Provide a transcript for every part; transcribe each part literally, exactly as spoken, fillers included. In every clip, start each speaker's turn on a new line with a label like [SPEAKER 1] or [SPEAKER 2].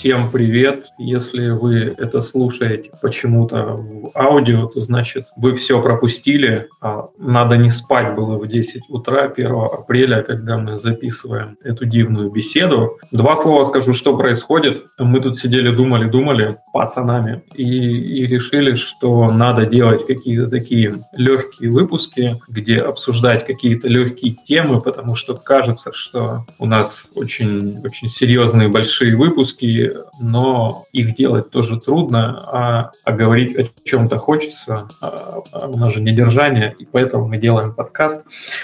[SPEAKER 1] Всем привет! Если вы это слушаете почему-то в аудио, то значит вы все пропустили. Надо не спать было в десять утра первого апреля, когда мы записываем эту дивную беседу. Два слова скажу, что происходит. Мы тут сидели, думали, думали пацанами и, и решили, что надо делать какие-то такие легкие выпуски, где обсуждать какие-то легкие темы, потому что кажется, что у нас очень, очень серьезные большие выпуски, но их делать тоже трудно, а, а говорить о чем-то хочется, а, а у нас же недержание, и поэтому мы делаем подкаст.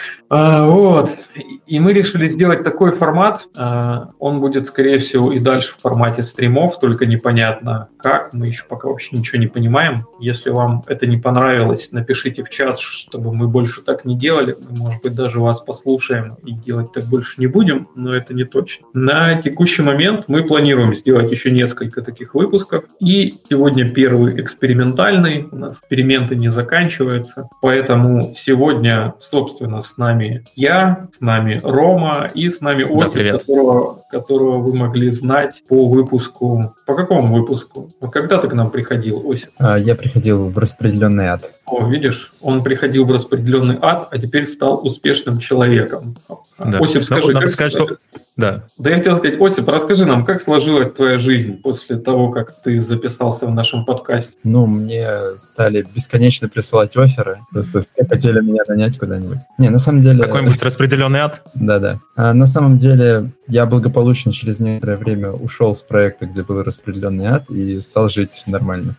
[SPEAKER 1] А, вот. И мы решили сделать такой формат. А, он будет, скорее всего, и дальше в формате стримов, только непонятно как. Мы еще пока вообще ничего не понимаем. Если вам это не понравилось, напишите в чат, чтобы мы больше так не делали. Мы, может быть, даже вас послушаем и делать так больше не будем, но это не точно. На текущий момент мы планируем сделать еще несколько таких выпусков. И сегодня первый экспериментальный. У нас эксперименты не заканчиваются. Поэтому сегодня, собственно, с нами я, с нами Рома и с нами Осип, да, которого, которого вы могли знать по выпуску. По какому выпуску? Когда ты к нам приходил, Осип?
[SPEAKER 2] А, я приходил в распределенный ад.
[SPEAKER 1] О, видишь, он приходил в распределенный ад, а теперь стал успешным человеком.
[SPEAKER 2] Да.
[SPEAKER 1] Осип, скажи,
[SPEAKER 2] надо
[SPEAKER 1] как...
[SPEAKER 2] сказать, что... Да.
[SPEAKER 1] Да, я хотел сказать, Осип, расскажи нам, как сложилась твоя жизнь после того, как ты записался в нашем подкасте?
[SPEAKER 2] Ну, мне стали бесконечно присылать офферы, просто все хотели меня нанять куда-нибудь. Не, на самом деле...
[SPEAKER 3] Какой-нибудь распределенный ад?
[SPEAKER 2] Да-да. А на самом деле я благополучно через некоторое время ушел с проекта, где был распределенный ад, и стал жить нормально.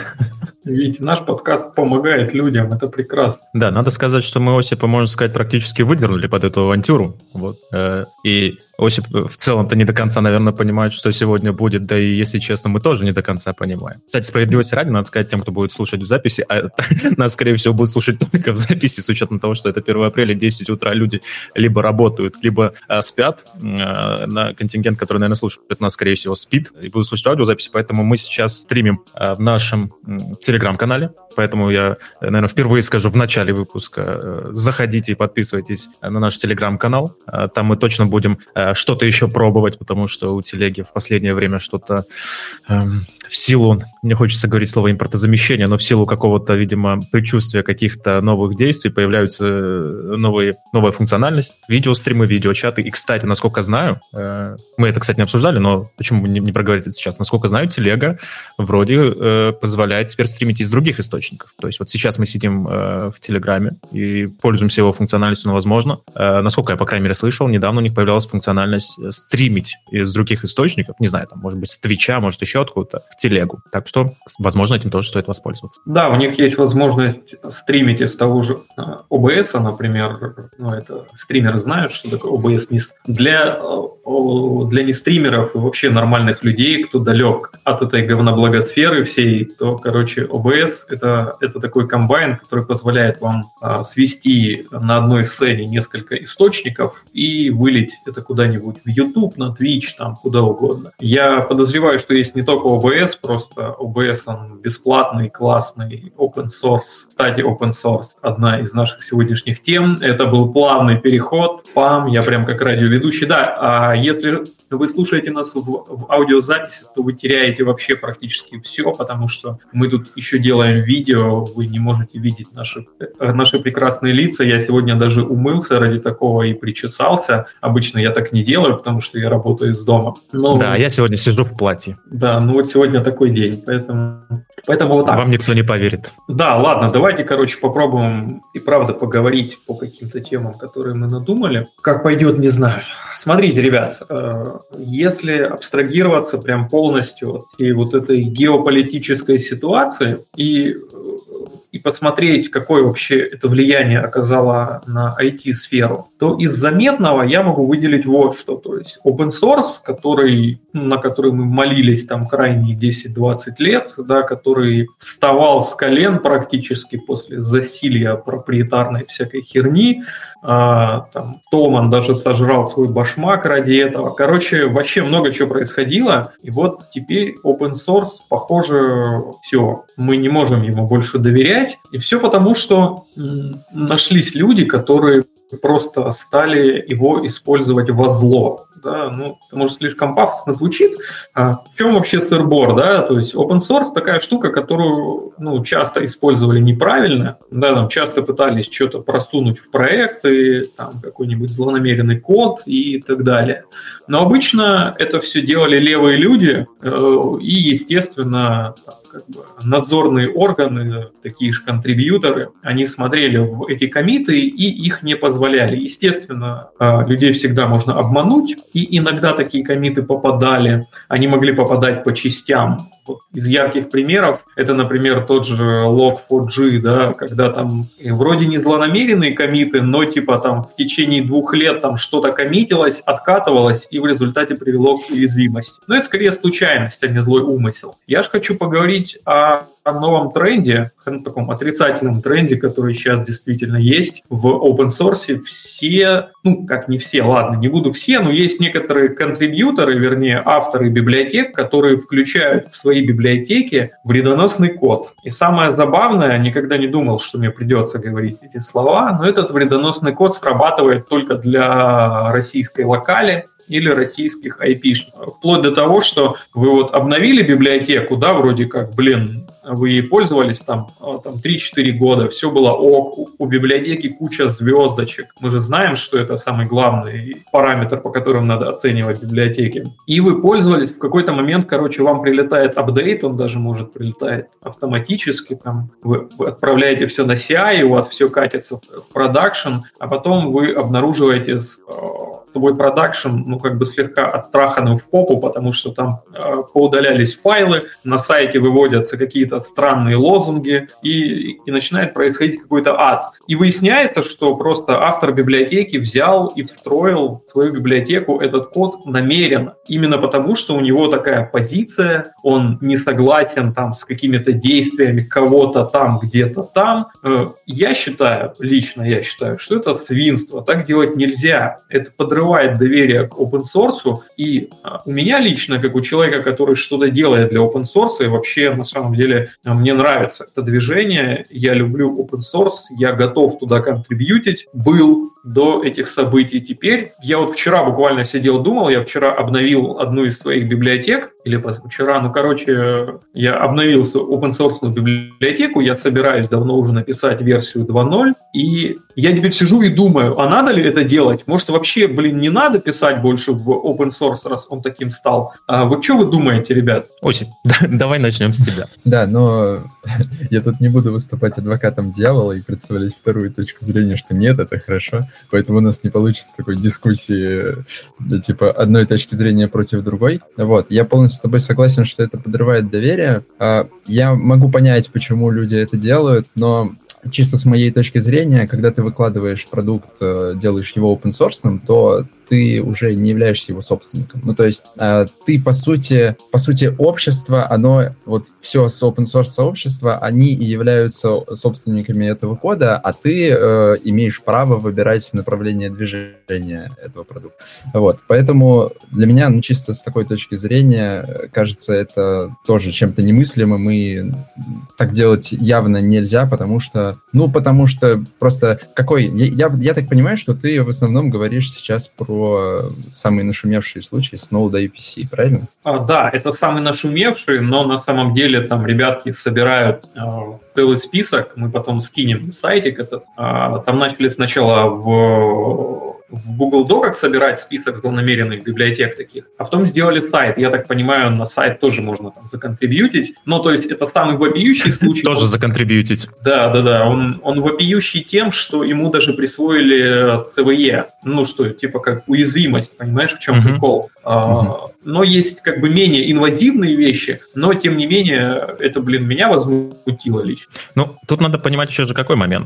[SPEAKER 1] Видите, наш подкаст помогает людям, это прекрасно.
[SPEAKER 3] Да, надо сказать, что мы Осипа, можно сказать, практически выдернули под эту авантюру. Вот. И Осип в целом-то не до конца, наверное, понимает, что сегодня будет, да и, если честно, мы тоже не до конца понимаем. Кстати, справедливости ради, надо сказать тем, кто будет слушать в записи, а нас, скорее всего, будут слушать только в записи, с учетом того, что это первого апреля, десять утра, люди либо работают, либо а, спят. А, на контингент, который, наверное, слушает нас, скорее всего, спит и будут слушать аудиозаписи, поэтому мы сейчас стримим а, в нашем м, телеграм-канале, поэтому я, наверное, впервые скажу в начале выпуска, заходите и подписывайтесь на наш телеграм-канал, там мы точно будем что-то еще пробовать, потому что у телеги в последнее время что-то эм, в силу, мне хочется говорить слово импортозамещения, но в силу какого-то, видимо, предчувствия каких-то новых действий появляются новые, новая функциональность, видеостримы, видеочаты. И, кстати, насколько знаю, э, мы это, кстати, не обсуждали, но почему не, не проговорить это сейчас? Насколько знаю, телега вроде э, позволяет теперь стримить из других источников. То есть вот сейчас мы сидим э, в Телеграме и пользуемся его функциональностью, но, возможно, э, насколько я, по крайней мере, слышал, недавно у них появлялась функциональность стримить из других источников, не знаю, там, может быть, с Твича, может, еще откуда-то, в телегу. Так что, возможно, этим тоже стоит воспользоваться.
[SPEAKER 1] Да, у них есть возможность стримить из того же о бэ эс, например. Ну, это стримеры знают, что такое о бэ эс. Для, для нестримеров и вообще нормальных людей, кто далек от этой говноблагосферы всей, то, короче, о бэ эс это, это такой комбайн, который позволяет вам а, свести на одной сцене несколько источников и вылить это куда-нибудь в YouTube, на Twitch, там, куда угодно. Я подозреваю, что есть не только о бэ эс, просто о бэ эс он бесплатный, классный, open source. Кстати, open source — одна из наших сегодняшних тем. Это был плавный переход. Пам, я прям как радиоведущий. Да, а если вы слушаете нас в, в аудиозаписи, то вы теряете вообще практически все, потому что мы тут еще делаем видео, вы не можете видеть наши, наши прекрасные лица. Я сегодня даже умылся ради такого и причесался. Обычно я так не делаю, потому что я работаю из дома. Но,
[SPEAKER 3] да, я сегодня сижу в платье.
[SPEAKER 1] Да, ну вот сегодня такой день, поэтому, поэтому вот так.
[SPEAKER 3] Вам никто не поверит.
[SPEAKER 1] Да, ладно, давайте, короче, попробуем и правда поговорить по каким-то темам, которые мы надумали. Как пойдет, не знаю. Смотрите, ребят, если абстрагироваться прям полностью от всей вот этой геополитической ситуации и, и посмотреть, какое вообще это влияние оказало на ай ти-сферу, то из заметного я могу выделить вот что. То есть open source, который, на который мы молились там крайние десять-двадцать лет, да, который вставал с колен практически после засилья проприетарной всякой херни, а, там, Томан даже сожрал свой башмак ради этого. Короче, вообще много чего происходило. И вот теперь open source, похоже, все. Мы не можем ему больше доверять. И все потому, что м, нашлись люди, которые просто стали его использовать во зло. да, ну, это, может, слишком пафосно звучит. А в чем вообще сырбор, да? То есть open source такая штука, которую, ну, часто использовали неправильно, да, там часто пытались что-то просунуть в проекты, там какой-нибудь злонамеренный код и так далее. Но обычно это все делали левые люди, и, естественно, как бы надзорные органы, такие же контрибьюторы, они смотрели в эти коммиты и их не позволяли. Естественно, людей всегда можно обмануть, и иногда такие коммиты попадали, они могли попадать по частям. Вот из ярких примеров это, например, тот же лог фор джи, да, когда там вроде не злонамеренные коммиты, но типа там в течение двух лет там что-то коммитилось, откатывалось и в результате привело к уязвимости. Но это скорее случайность, а не злой умысел. Я же хочу поговорить о, о новом тренде, о таком отрицательном тренде, который сейчас действительно есть в open source. Все, ну как не все, ладно, не буду все, но есть некоторые контрибьюторы, вернее авторы библиотек, которые включают в свои библиотеки вредоносный код. И самое забавное, никогда не думал, что мне придется говорить эти слова, но этот вредоносный код срабатывает только для российской локали или российских айпишников. Вплоть до того, что вы вот обновили библиотеку, да, вроде как, блин, вы ей пользовались там, там три-четыре года, все было ок, у библиотеки куча звездочек. Мы же знаем, что это самый главный параметр, по которому надо оценивать библиотеки. И вы пользовались, в какой-то момент, короче, вам прилетает апдейт, он даже может прилетает автоматически, там, вы, вы отправляете все на си ай, у вас все катится в продакшн, а потом вы обнаруживаете свой продакшн, ну, как бы слегка оттраханным в попу, потому что там э, поудалялись файлы, на сайте выводятся какие-то странные лозунги, и, и начинает происходить какой-то ад. И выясняется, что просто автор библиотеки взял и встроил в свою библиотеку этот код намеренно, именно потому, что у него такая позиция, он не согласен там с какими-то действиями кого-то там, где-то там. Э, я считаю, лично я считаю, что это свинство, так делать нельзя. Это подрывает доверие к open source, и а, у меня лично, как у человека, который что-то делает для open source, и вообще, на самом деле, мне нравится это движение, я люблю open source, я готов туда контрибьютить, был до этих событий. Теперь, я вот вчера буквально сидел, думал, я вчера обновил одну из своих библиотек, или позавчера, ну, короче, я обновил open source библиотеку, я собираюсь давно уже написать версию два ноль, и я теперь сижу и думаю, а надо ли это делать? Может, вообще, блин, не надо писать больше в open source, раз он таким стал? А вот что вы думаете, ребят?
[SPEAKER 3] Осень, давай начнем с тебя.
[SPEAKER 2] Да, но я тут не буду выступать адвокатом дьявола и представлять вторую точку зрения, что нет, это хорошо, поэтому у нас не получится такой дискуссии, типа, одной точки зрения против другой. Вот, я полностью с тобой согласен, что это подрывает доверие. Я могу понять, почему люди это делают, но чисто с моей точки зрения, когда ты выкладываешь продукт, делаешь его open source, то ты уже не являешься его собственником. Ну, то есть э, ты, по сути, по сути, общество, оно, вот все с open source сообщества, они и являются собственниками этого кода, а ты э, имеешь право выбирать направление движения этого продукта. Вот, поэтому для меня, ну, чисто с такой точки зрения, кажется, это тоже чем-то немыслимым, и так делать явно нельзя, потому что, ну, потому что просто какой... Я, я, я так понимаю, что ты в основном говоришь сейчас про самые нашумевшие случаи с Node.js, правильно?
[SPEAKER 1] А, да, это самые нашумевшие, но на самом деле там ребятки собирают э, целый список, мы потом скинем на сайтик этот. Э, там начали сначала в... в Google Доках собирать список злонамеренных библиотек таких, а потом сделали сайт. Я так понимаю, на сайт тоже можно там законтрибьютить. Ну, то есть это самый вопиющий случай.
[SPEAKER 3] Тоже законтрибьютить.
[SPEAKER 1] Да, да, да. Он, он вопиющий тем, что ему даже присвоили си ви и. Ну, что, типа как уязвимость, понимаешь, в чем uh-huh. прикол. Uh-huh. Но есть как бы менее инвазивные вещи, но, тем не менее, это, блин, меня возмутило лично.
[SPEAKER 3] Ну, тут надо понимать еще же какой момент.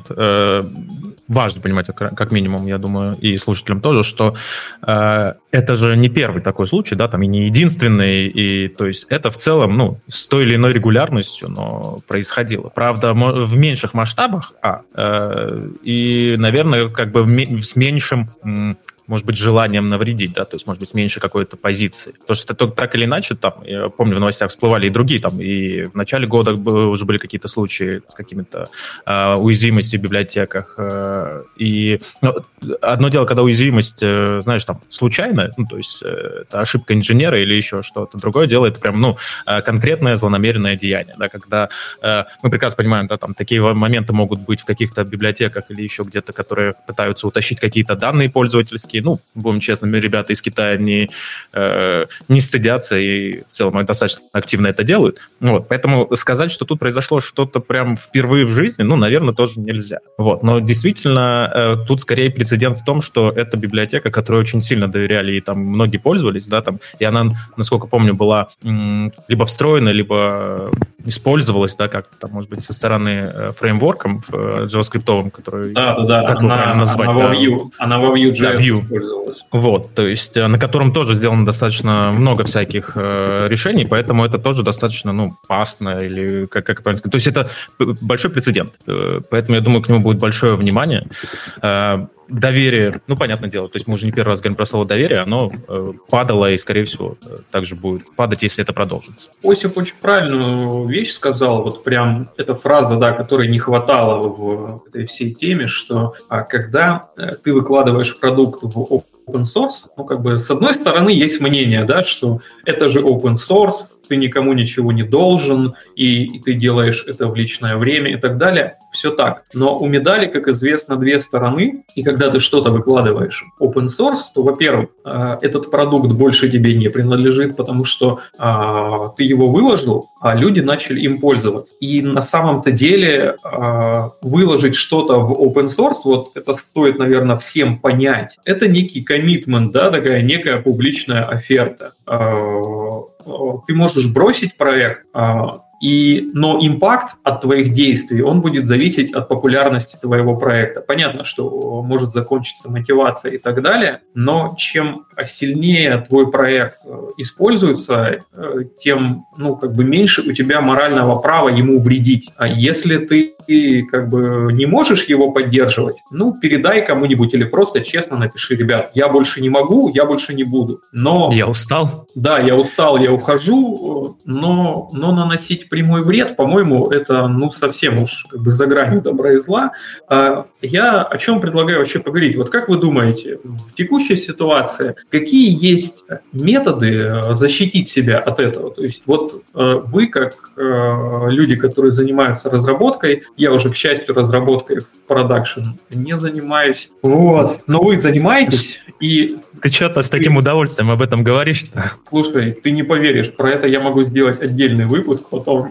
[SPEAKER 3] Важно понимать, как минимум, я думаю, и слушателям тоже, что э, это же не первый такой случай, да, там и не единственный, и то есть это в целом, ну, с той или иной регулярностью, но происходило. Правда, в меньших масштабах, а, э, и, наверное, как бы с меньшим м, может быть, желанием навредить, да, то есть, может быть, с меньшей какой-то позиции. Потому что это так или иначе, там, я помню, в новостях всплывали и другие, там, и в начале года уже были какие-то случаи с какими-то э, уязвимостями в библиотеках. Э, и ну, одно дело, когда уязвимость, э, знаешь, там, случайная, ну, то есть, э, это ошибка инженера или еще что-то. Другое дело, это прям, ну, э, конкретное злонамеренное деяние, да, когда э, мы прекрасно понимаем, да, там, такие моменты могут быть в каких-то библиотеках или еще где-то, которые пытаются утащить какие-то данные пользовательские. Ну, будем честными, ребята из Китая не, э, не стыдятся и в целом достаточно активно это делают. Вот. Поэтому сказать, что тут произошло что-то прям впервые в жизни, ну, наверное, тоже нельзя. Вот. Но действительно, э, тут скорее прецедент в том, что это библиотека, которой очень сильно доверяли и там многие пользовались, да, там, и она, насколько помню, была м- либо встроена, либо использовалась, да, как-то там, может быть, со стороны э, фреймворком э, JavaScript, который...
[SPEAKER 1] Да, да, да,
[SPEAKER 3] как
[SPEAKER 1] она,
[SPEAKER 3] правильно назвать?
[SPEAKER 1] Она,
[SPEAKER 3] да?
[SPEAKER 1] во Vue, она во Vue.js
[SPEAKER 3] да, Vue.
[SPEAKER 1] использовалась.
[SPEAKER 3] Вот, то есть на котором тоже сделано достаточно много всяких э, решений, поэтому это тоже достаточно, ну, пасно или как, как правильно сказать. То есть это большой прецедент, э, поэтому я думаю, к нему будет большое внимание. Э, доверие, ну, понятное дело, то есть мы уже не первый раз говорим про слово доверие, оно э, падало и, скорее всего, также будет падать, если это продолжится.
[SPEAKER 1] Осип очень правильную вещь сказал, вот прям эта фраза, да, которой не хватало в этой всей теме, что а, когда ты выкладываешь продукт в open source, ну, как бы, с одной стороны, есть мнение, да, что это же open source, ты никому ничего не должен, и, и ты делаешь это в личное время и так далее. Все так. Но у медали, как известно, две стороны, и когда ты что-то выкладываешь в open source, то, во-первых, этот продукт больше тебе не принадлежит, потому что а, ты его выложил, а люди начали им пользоваться. И на самом-то деле а, выложить что-то в open source, вот это стоит, наверное, всем понять, это некий коммитмент, да, такая некая публичная оферта. А, ты можешь бросить проект, а, И, но импакт от твоих действий, он будет зависеть от популярности твоего проекта. Понятно, что может закончиться мотивация и так далее, но чем сильнее твой проект используется, тем, ну, как бы меньше у тебя морального права ему вредить. А если ты как бы не можешь его поддерживать, ну, передай кому-нибудь или просто честно напиши: ребят, я больше не могу, я больше не буду. Но...
[SPEAKER 3] Я устал.
[SPEAKER 1] Да, я устал, я ухожу, но, но наносить прямой вред, по-моему, это, ну, совсем уж как бы за гранью добра и зла. Я о чем предлагаю вообще поговорить? Вот как вы думаете, в текущей ситуации какие есть методы защитить себя от этого? То есть вот вы, как люди, которые занимаются разработкой, я уже, к счастью, разработкой в продакшн не занимаюсь, вот, но вы занимаетесь, и...
[SPEAKER 3] Ты что-то с таким удовольствием об этом говоришь?
[SPEAKER 1] Слушай, ты не поверишь, про это я могу сделать отдельный выпуск потом,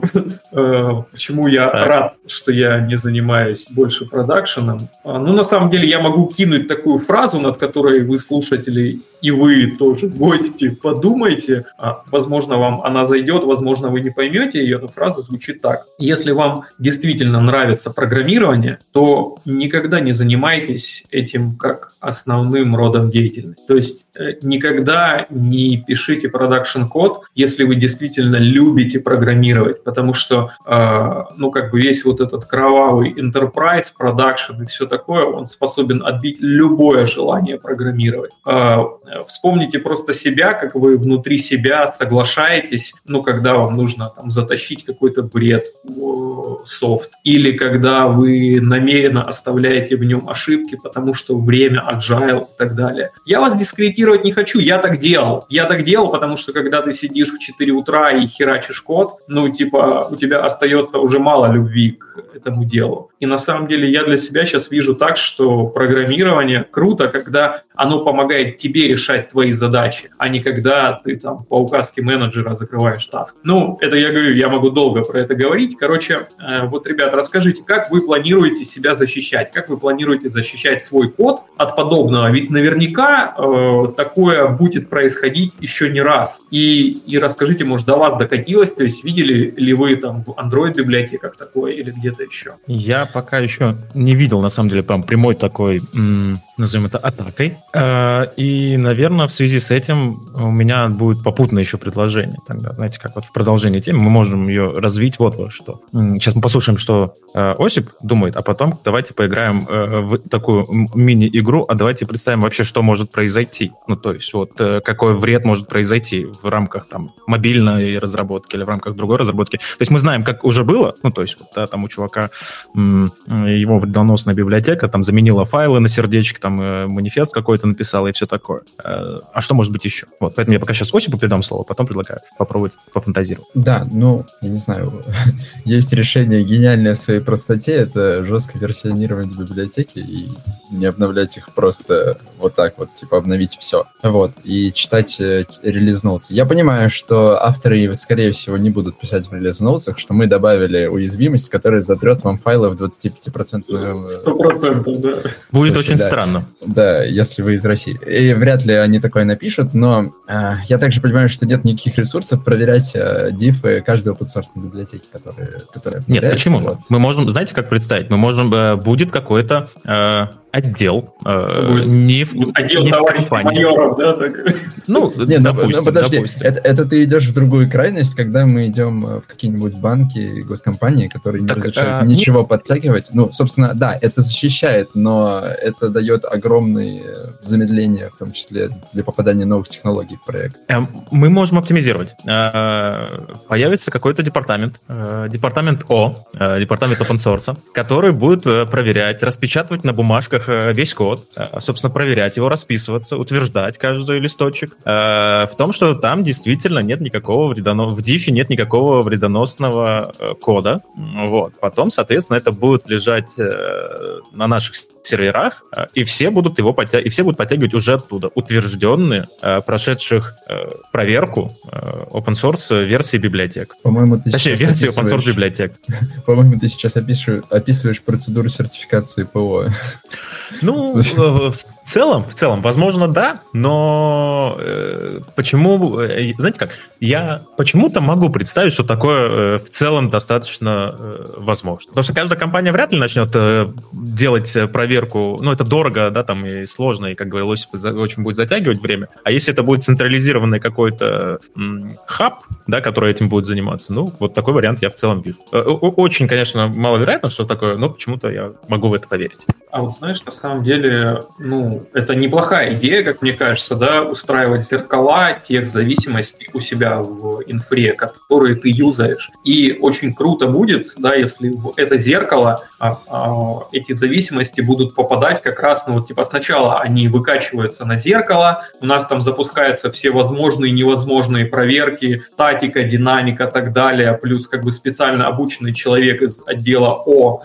[SPEAKER 1] почему я так. рад, что я не занимаюсь больше продакшеном. Ну, на самом деле, я могу кинуть такую фразу, над которой вы, слушатели, и вы тоже, гости, подумайте. Возможно, вам она зайдет, возможно, вы не поймете ее, но фраза звучит так. Если вам действительно нравится программирование, то никогда не занимайтесь этим как основным родом деятельности. То есть никогда не пишите продакшн-код, если вы действительно любите программировать, потому что, э, ну, как бы весь вот этот кровавый enterprise, продакшн и все такое, он способен отбить любое желание программировать. Э, вспомните просто себя, как вы внутри себя соглашаетесь, ну, когда вам нужно там затащить какой-то бред в софт, или когда вы намеренно оставляете в нем ошибки, потому что время agile и так далее. Я вас дискредитировать не хочу, я так делал. Я так делал, потому что когда ты сидишь в четыре утра и херачишь код, ну, типа, у тебя остается уже мало любви к этому делу. И на самом деле я для себя сейчас вижу так, что программирование круто, когда оно помогает тебе решать твои задачи, а не когда ты там по указке менеджера закрываешь таск. Ну, это я говорю, я могу долго про это говорить. Короче, э, вот, ребят, расскажите, как вы планируете себя защищать? Как вы планируете защищать свой код от подобного? Ведь наверняка э, такое будет происходить еще не раз. И, и расскажите, может, до вас докатилось, то есть видели ли вы там в Android-библиотеках такое или где-то еще? еще?
[SPEAKER 3] Я пока еще не видел, на самом деле, прям прямой такой, м- назовем это, атакой. Э- и, наверное, в связи с этим у меня будет попутное еще предложение. Тогда, знаете, как вот в продолжении темы мы можем ее развить вот во что. Сейчас мы послушаем, что э, Осип думает, а потом давайте поиграем э, в такую мини-игру, а давайте представим вообще, что может произойти. Ну, то есть вот э, какой вред может произойти в рамках там мобильной разработки или в рамках другой разработки. То есть мы знаем, как уже было, ну, то есть вот, да, там у чувака м- его вредоносная библиотека там заменила файлы на сердечко, там э, манифест какой-то написала и все такое. Э, а что может быть еще? Вот, поэтому я пока сейчас Осипу передам слово, потом предлагаю попробовать пофантазировать.
[SPEAKER 2] Да, ну, я не знаю, есть решение гениальное в своей простоте, это жестко версионировать библиотеки и не обновлять их просто вот так вот, типа обновить все. Вот, и читать э, релиз-ноутс. Я понимаю, что авторы, скорее всего, не будут писать в релиз-ноутсах, что мы добавили уязвимость, которая затрет вам файлы в двадцать пять процентов.
[SPEAKER 1] Сто процентов, да.
[SPEAKER 3] Будет
[SPEAKER 2] Слушай,
[SPEAKER 3] очень
[SPEAKER 2] да.
[SPEAKER 3] странно.
[SPEAKER 2] Да, если вы из России. И вряд ли они такое напишут, но э, я также понимаю, что нет никаких ресурсов проверять э, дифы каждой open-source библиотеки, которые, которые
[SPEAKER 3] Нет, почему?
[SPEAKER 2] Вот.
[SPEAKER 3] Мы можем, знаете, как представить? Мы можем, э, будет какой-то э, отдел, э, не в,
[SPEAKER 1] Отдел
[SPEAKER 3] не в
[SPEAKER 1] товарищей
[SPEAKER 3] компании.
[SPEAKER 1] майоров, да? Так.
[SPEAKER 3] Ну,
[SPEAKER 2] Не, ну,
[SPEAKER 3] допустим,
[SPEAKER 2] ну, подожди,
[SPEAKER 3] допустим.
[SPEAKER 2] Это, это ты идешь в другую крайность, когда мы идем в какие-нибудь банки, госкомпании, которые не
[SPEAKER 3] Так,
[SPEAKER 2] разрешают
[SPEAKER 3] а,
[SPEAKER 2] ничего
[SPEAKER 3] нет.
[SPEAKER 2] подтягивать. Ну, собственно, да, это защищает, но это дает огромные замедления, в том числе для попадания новых технологий в проект.
[SPEAKER 3] Э, Мы можем оптимизировать. Э, Появится какой-то департамент, э, департамент О, э, департамент open source, который будет э, проверять, распечатывать на бумажках э, весь код, э, собственно, проверять его, расписываться, утверждать каждый листочек э, в том, что там действительно нет никакого вредоносного, в дифе нет никакого вредоносного э, кода. Вот. Потом, соответственно, это будет лежать э, на наших серверах, э, и все будут его подтя... и все будут подтягивать уже оттуда утвержденные, э, прошедших э, проверку э, open source версии библиотек.
[SPEAKER 2] По-моему, ты
[SPEAKER 3] Точнее,
[SPEAKER 2] сейчас
[SPEAKER 3] версии open source
[SPEAKER 2] описываешь-
[SPEAKER 3] библиотек.
[SPEAKER 2] По-моему, ты сейчас опишешь, описываешь процедуру сертификации ПО.
[SPEAKER 3] Ну, э, в целом, в целом, возможно, да, но э, почему, э, знаете как, я почему-то могу представить, что такое э, в целом достаточно э, возможно. Потому что каждая компания вряд ли начнет э, делать проверку, ну, это дорого, да, там, и сложно, и, как говорил Осип, за- очень будет затягивать время. А если это будет централизированный какой-то м, хаб, да, который этим будет заниматься, ну, вот такой вариант я в целом вижу. Э, о- очень, конечно, маловероятно, что такое, но почему-то я могу в это поверить.
[SPEAKER 1] А вот знаешь, на самом деле, ну, это неплохая идея, как мне кажется, да, устраивать зеркала тех зависимостей у себя в инфре, которые ты юзаешь. И очень круто будет, да, если в это зеркало а, а, эти зависимости будут попадать как раз, ну, вот, типа, сначала они выкачиваются на зеркало, у нас там запускаются все возможные и невозможные проверки, статика, динамика и так далее, плюс как бы специально обученный человек из отдела О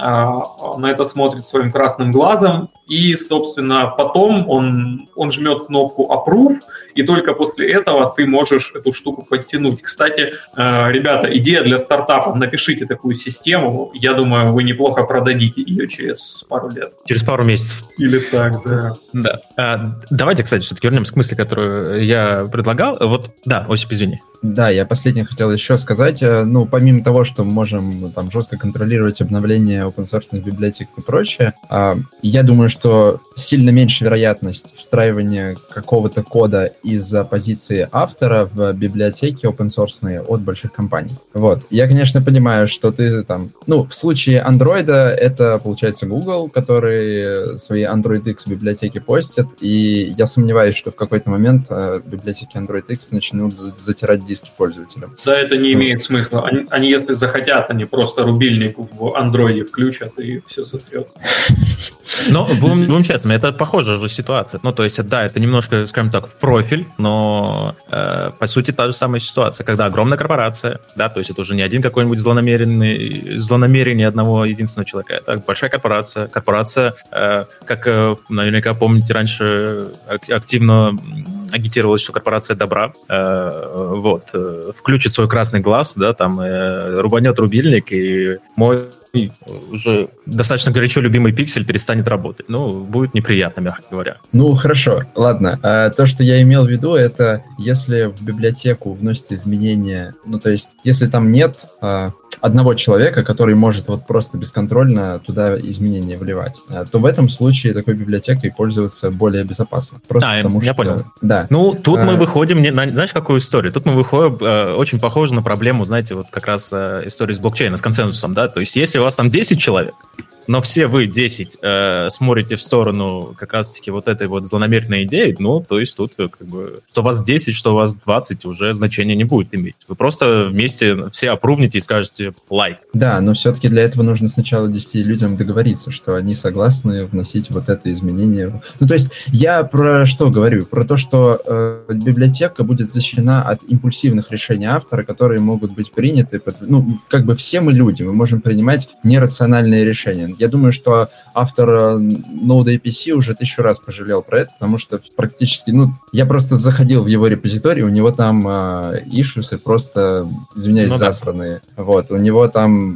[SPEAKER 1] а, на это смотрит своим красным глазом, и, собственно, потом он, он жмет кнопку Approve, и только после этого ты можешь эту штуку подтянуть. Кстати, ребята, идея для стартапа, напишите такую систему, я думаю, вы неплохо продадите ее через пару лет.
[SPEAKER 3] Через пару месяцев.
[SPEAKER 1] Или так, да.
[SPEAKER 3] Да. А, давайте, кстати, все-таки вернемся к мысли, которую я предлагал. Вот, да, Осип, извини.
[SPEAKER 2] Да, я последнее хотел еще сказать. Ну, помимо того, что мы можем там жестко контролировать обновление open-source библиотек и прочее, я думаю, что сильно меньше вероятность встраивания какого-то кода из-за позиции автора в библиотеки open-source от больших компаний. Вот. Я, конечно, понимаю, что ты там... Ну, в случае Android это, получается, Google, который свои Android X библиотеки постит, и я сомневаюсь, что в какой-то момент библиотеки Android X начнут затирать диски пользователям.
[SPEAKER 1] Да, это не имеет смысла. Они, они, если захотят, они просто рубильник в андроиде включат и все сотрет.
[SPEAKER 3] Но, будем, будем честными, это похожая же ситуация. Ну, то есть, да, это немножко, скажем так, в профиль, но, э, по сути, та же самая ситуация, когда огромная корпорация, да, то есть это уже не один какой-нибудь злонамеренный, злонамерение одного единственного человека, это большая корпорация, корпорация, э, как э, наверняка помните, раньше активно агитировалось, что корпорация добра, э, вот, э, включит свой красный глаз, да, там, э, рубанет рубильник, и мой уже достаточно горячо любимый пиксель перестанет работать. Ну, будет неприятно, мягко говоря.
[SPEAKER 2] Ну, хорошо, ладно. А, то, что я имел в виду, это если в библиотеку вносятся изменения, ну, то есть, если там нет... А, одного человека, который может вот просто бесконтрольно туда изменения вливать, то в этом случае такой библиотекой пользоваться более безопасно. Просто
[SPEAKER 3] а,
[SPEAKER 2] потому
[SPEAKER 3] я
[SPEAKER 2] что...
[SPEAKER 3] понял.
[SPEAKER 2] Да.
[SPEAKER 3] Ну, тут а... мы выходим, на, знаешь, какую историю? Тут мы выходим э, очень похоже на проблему, знаете, вот как раз э, историю с блокчейном, с консенсусом, да, то есть если у вас там десять человек, но все вы десять э, смотрите в сторону как раз-таки вот этой вот злонамеренной идеи, ну, то есть тут как бы, что у вас десять, что у вас двадцать, уже значения не будет иметь. Вы просто вместе все опрувните и скажете лайк.
[SPEAKER 2] Да, но все-таки для этого нужно сначала десяти людям договориться, что они согласны вносить вот это изменение. Ну, то есть я про что говорю? Про то, что э, библиотека будет защищена от импульсивных решений автора, которые могут быть приняты. Под, ну, как бы все мы люди, мы можем принимать нерациональные решения. Я думаю, что автор Node.apc уже тысячу раз пожалел про это, потому что практически, ну, я просто заходил в его репозиторий, у него там э, ишусы просто, извиняюсь, ну, засранные. Да. Вот, у него там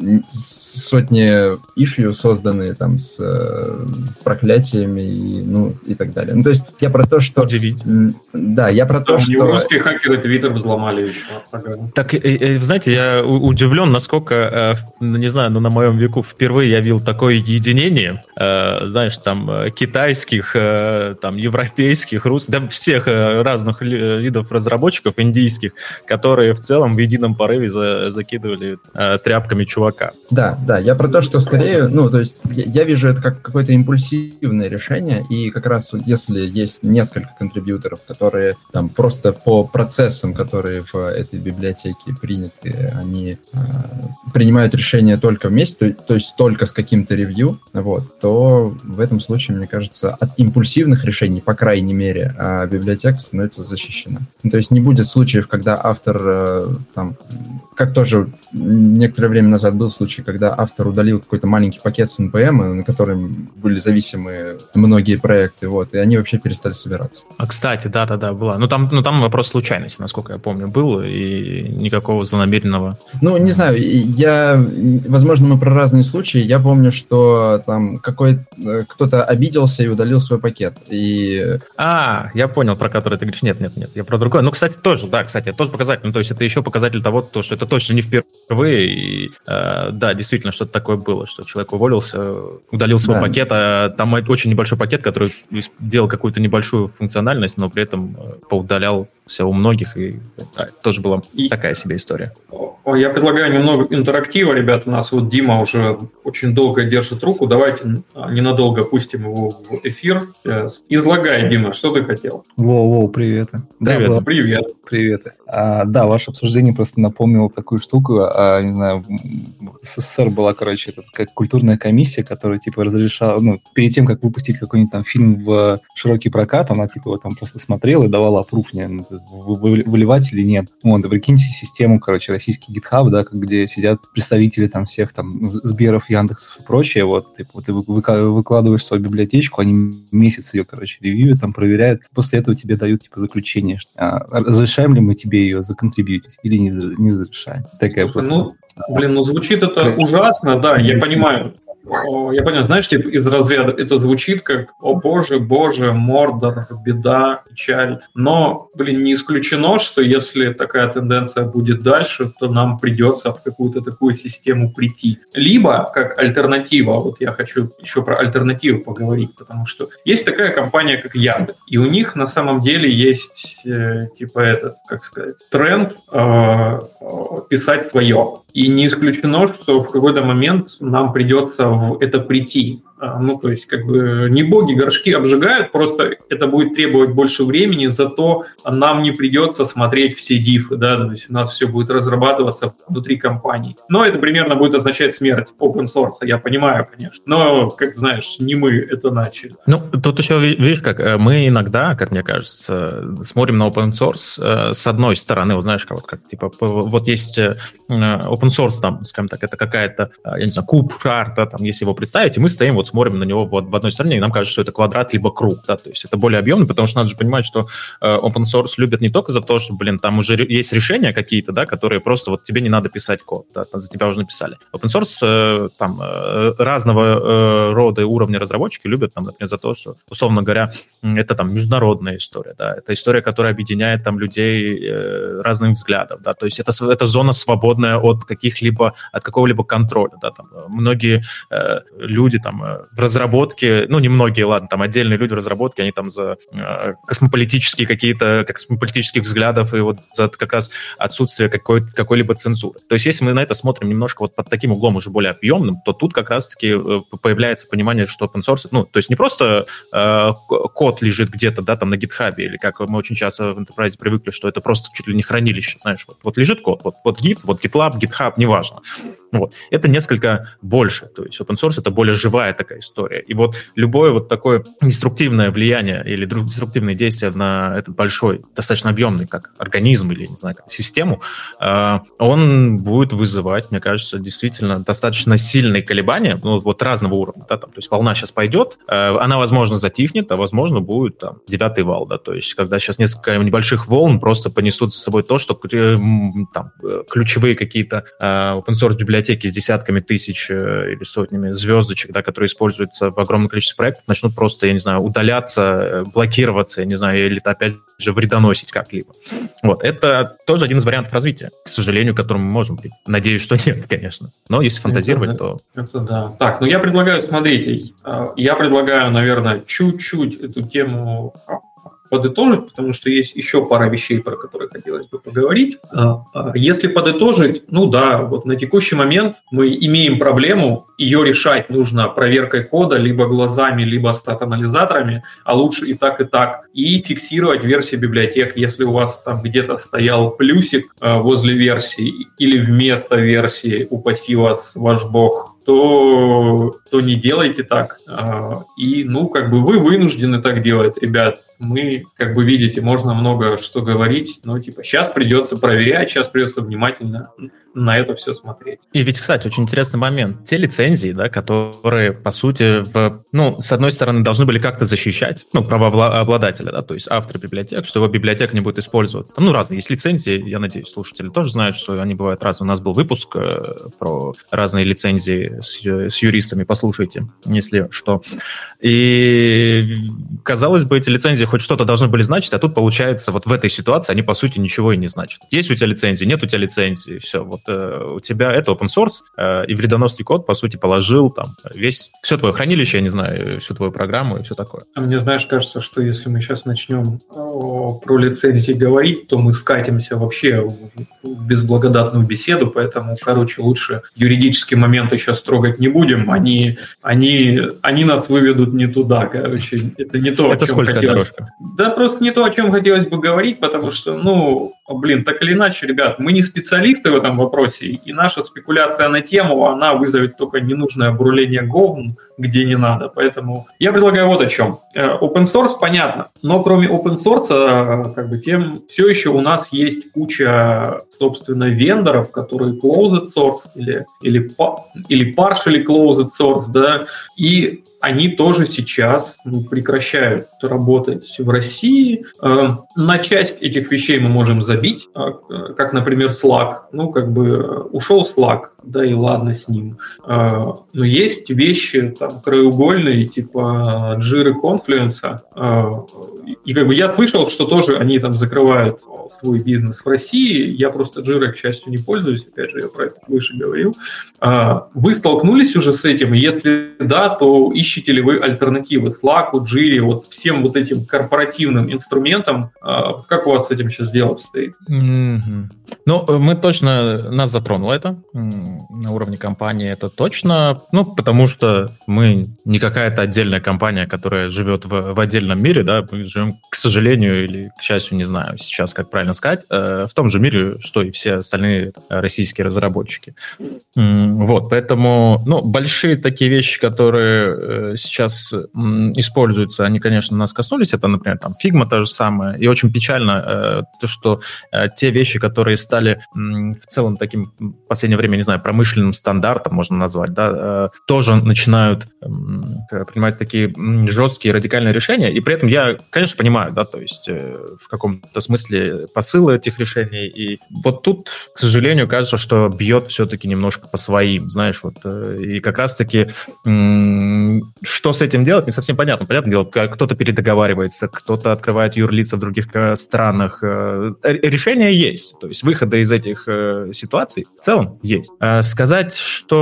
[SPEAKER 2] сотни issue созданы там с э, проклятиями и, ну, и так далее. Ну, то есть я про то, что...
[SPEAKER 3] Удивительно.
[SPEAKER 2] Да, я про
[SPEAKER 1] Там
[SPEAKER 2] то, что...
[SPEAKER 1] Русские хакеры Твиттер взломали еще. Ага.
[SPEAKER 3] Так, э, э, знаете, я удивлен, насколько, э, не знаю, но на моем веку впервые я видел такое единение, э, знаешь, там, китайских, э, там, европейских, русских, да, всех э, разных ли, видов разработчиков индийских, которые в целом в едином порыве за, закидывали э, тряпками чуваков.
[SPEAKER 2] Да, да, я про то, что скорее, ну, то есть я, я вижу это как какое-то импульсивное решение, и как раз если есть несколько контрибьюторов, которые там просто по процессам, которые в этой библиотеке приняты, они э, принимают решение только вместе, то, то есть только с каким-то ревью, вот, то в этом случае, мне кажется, от импульсивных решений, по крайней мере, э, библиотека становится защищена. Ну, то есть не будет случаев, когда автор э, там, как тоже некоторое время назад был случай, когда автор удалил какой-то маленький пакет с эн пи эм, на котором были зависимы многие проекты, вот, и они вообще перестали собираться.
[SPEAKER 3] А, кстати, да-да-да, была. Ну там, ну, там вопрос случайности, насколько я помню, был, и никакого злонамеренного...
[SPEAKER 2] Ну, не знаю, я... Возможно, мы про разные случаи. Я помню, что там какой кто-то обиделся и удалил свой пакет, и...
[SPEAKER 3] А, я понял, про который ты говоришь. Нет, нет, нет, я про другое. Ну, кстати, тоже, да, кстати, это тоже показатель. Ну, то есть это еще показатель того, что это точно не впервые, и э, да, действительно, что-то такое было, что человек уволился, удалил свой да. пакет, а там очень небольшой пакет, который делал какую-то небольшую функциональность, но при этом поудалялся у многих, и да, тоже была и... такая себе история.
[SPEAKER 1] Я предлагаю немного интерактива, ребята. У нас вот Дима уже очень долго держит руку. Давайте ненадолго пустим его в эфир. Излагай, Дима, что ты хотел?
[SPEAKER 4] Воу-воу, привет.
[SPEAKER 1] Привет.
[SPEAKER 4] Да,
[SPEAKER 1] привет.
[SPEAKER 4] Привет. А, да, ваше обсуждение просто напомнило такую штуку. А, не знаю, в СССР была, короче, это как культурная комиссия, которая, типа, разрешала, ну, перед тем, как выпустить какой-нибудь там фильм в широкий прокат, она, типа, его там просто смотрела и давала аппрув, не, выливать или нет. Вот, да, прикиньте систему, короче, российский GitHub, да, где сидят представители там всех там Сберов, Яндексов и прочее, вот, типа, ты выкладываешь свою библиотечку, они месяц ее, короче, ревьюют, там проверяют, после этого тебе дают, типа, заключение, что, а, разрешаем ли мы тебе ее законтрибьютить или не, не разрешаем. Такая
[SPEAKER 1] Слушай,
[SPEAKER 4] просто...
[SPEAKER 1] Ну, блин, ну звучит это Как... ужасно, да, я понимаю. Я понимаю, знаешь, типа из разряда это звучит как «О боже, боже, Мордор, беда, печаль». Но, блин, не исключено, что если такая тенденция будет дальше, то нам придется в какую-то такую систему прийти. Либо, как альтернатива, вот я хочу еще про альтернативу поговорить, потому что есть такая компания, как Яндекс, и у них на самом деле есть, э, типа, этот, как сказать, тренд э, писать свое. И не исключено, что в какой-то момент нам придется в это прийти. Ну, то есть, как бы, не боги горшки обжигают, просто это будет требовать больше времени, зато нам не придется смотреть все дифы, да, то есть у нас все будет разрабатываться внутри компании. Но это примерно будет означать смерть open source, я понимаю, конечно. Но, как знаешь, не мы это начали.
[SPEAKER 3] Ну, тут еще, видишь, как мы иногда, как мне кажется, смотрим на open source с одной стороны, вот знаешь, как, как типа, вот есть open source, там, скажем так, это какая-то, я не знаю, куб, шар, да, там, если его представить, и мы стоим вот вот смотрим на него вот в одной стороне, и нам кажется, что это квадрат либо круг, да, то есть это более объемный, потому что надо же понимать, что э, open source любят не только за то, что, блин, там уже есть решения какие-то, да, которые просто вот тебе не надо писать код, да, за тебя уже написали. Open source э, там э, разного э, рода и уровня разработчики любят, там, например, за то, что, условно говоря, это там международная история, да, это история, которая объединяет там людей э, разных взглядов, да, то есть это, это зона свободная от каких-либо, от какого-либо контроля, да, там многие э, люди там в разработке, ну, не многие, ладно, там отдельные люди в разработке, они там за э, космополитические какие-то, космополитических взглядов и вот за как раз отсутствие какой, какой-либо цензуры. То есть если мы на это смотрим немножко вот под таким углом уже более объемным, то тут как раз-таки появляется понимание, что open source, ну, то есть не просто э, код лежит где-то, да, там на GitHub, или как мы очень часто в Enterprise привыкли, что это просто чуть ли не хранилище, знаешь, вот, вот лежит код, вот, вот Git, вот GitLab, GitHub, неважно. Вот. Это несколько больше, то есть open source — это более живая такая история. И вот любое вот такое деструктивное влияние или деструктивное действие на этот большой, достаточно объемный, как организм или, не знаю, как систему, э, он будет вызывать, мне кажется, действительно достаточно сильные колебания, ну, вот разного уровня, да, там, то есть волна сейчас пойдет, э, она, возможно, затихнет, а, возможно, будет там девятый вал, да, то есть когда сейчас несколько небольших волн просто понесут за собой то, что э, там ключевые какие-то э, open source библиотеки с десятками тысяч э, или сотнями звездочек, да, которые используются в огромном количестве проектов, начнут просто, я не знаю, удаляться, блокироваться, я не знаю, или опять же вредоносить как-либо. Вот, это тоже один из вариантов развития, к сожалению, к которому мы можем прийти. Надеюсь, что нет, конечно. Но если фантазировать, это, то...
[SPEAKER 1] Это да. Так, ну я предлагаю, смотрите, я предлагаю, наверное, чуть-чуть эту тему подытожить, потому что есть еще пара вещей, про которые хотелось бы поговорить. Если подытожить, ну да, вот на текущий момент мы имеем проблему, ее решать нужно проверкой кода либо глазами, либо стат-анализаторами, а лучше и так, и так, и фиксировать версии библиотек. Если у вас там где-то стоял плюсик возле версии или вместо версии, упаси вас ваш бог, то, то не делайте так. И, ну, как бы вы вынуждены так делать, ребят. Мы, как бы видите, можно много что говорить, но, типа, сейчас придется проверять, сейчас придется внимательно на это все смотреть.
[SPEAKER 3] И ведь, кстати, очень интересный момент. Те лицензии, да, которые, по сути, в, ну, с одной стороны, должны были как-то защищать, ну, правообладателя, да, то есть автора библиотек, что его библиотека не будет использоваться. Там, ну, разные есть лицензии, я надеюсь, слушатели тоже знают, что они бывают разные. У нас был выпуск э, про разные лицензии с, с юристами, послушайте, если что. И, казалось бы, эти лицензии хоть что-то должны были значить, а тут, получается, вот в этой ситуации они, по сути, ничего и не значат. Есть у тебя лицензии, нет у тебя лицензии, все, вот э, у тебя это open source, э, и вредоносный код, по сути, положил там весь, все твое хранилище, я не знаю, всю твою программу и все такое.
[SPEAKER 1] А мне, знаешь, кажется, что если мы сейчас начнем о, про лицензии говорить, то мы скатимся вообще в, в безблагодатную беседу, поэтому, короче, лучше юридические моменты сейчас трогать не будем, они, они, они нас выведут не туда, короче, это не то,
[SPEAKER 3] это
[SPEAKER 1] о чем хотелось.
[SPEAKER 3] Дорожка?
[SPEAKER 1] Да, просто не то, о чем хотелось бы говорить, потому что, ну, блин, так или иначе, ребят, мы не специалисты в этом вопросе, и наша спекуляция на тему, она вызовет только ненужное бурление говн, где не надо. Поэтому я предлагаю вот о чем. Open source понятно, но кроме open source, как бы тем все еще у нас есть куча, собственно, вендоров, которые closed source или, или, или partially closed source, да, и они тоже сейчас ну, прекращают работать в России. На часть этих вещей мы можем забить, как, например, Slack. Ну, как бы ушел Slack, да и ладно с ним. Но есть вещи там краеугольные, типа Jira, Confluence. И как бы я слышал, что тоже они там закрывают свой бизнес в России. Я просто Jira, к счастью, не пользуюсь. Опять же, я про это выше говорил. Вы столкнулись уже с этим? Если да, то ищете ли вы альтернативы Slack, Jira, вот всем вот этим корпоративным инструментам? Как у вас с этим сейчас дело обстоит?
[SPEAKER 3] Mm-hmm. Ну, мы точно, нас затронуло это на уровне компании, это точно, ну, потому что мы не какая-то отдельная компания, которая живет в, в отдельном мире, да, мы живем, к сожалению, или к счастью, не знаю сейчас, как правильно сказать, в том же мире, что и все остальные российские разработчики. Вот, поэтому, ну, большие такие вещи, которые сейчас используются, они, конечно, нас коснулись, это, например, там, Figma та же самая, и очень печально то, что те вещи, которые стали в целом таким в последнее время, не знаю, промышленным стандартом, можно назвать, да, тоже начинают принимать такие жесткие радикальные решения, и при этом я, конечно, понимаю, да, то есть в каком-то смысле посылы этих решений, и вот тут, к сожалению, кажется, что бьет все-таки немножко по своим, знаешь, вот, и как раз-таки что с этим делать, не совсем понятно. Понятное дело, кто-то передоговаривается, кто-то открывает юрлица в других странах. Решения есть, то есть выходы из этих ситуаций в целом есть. Сказать,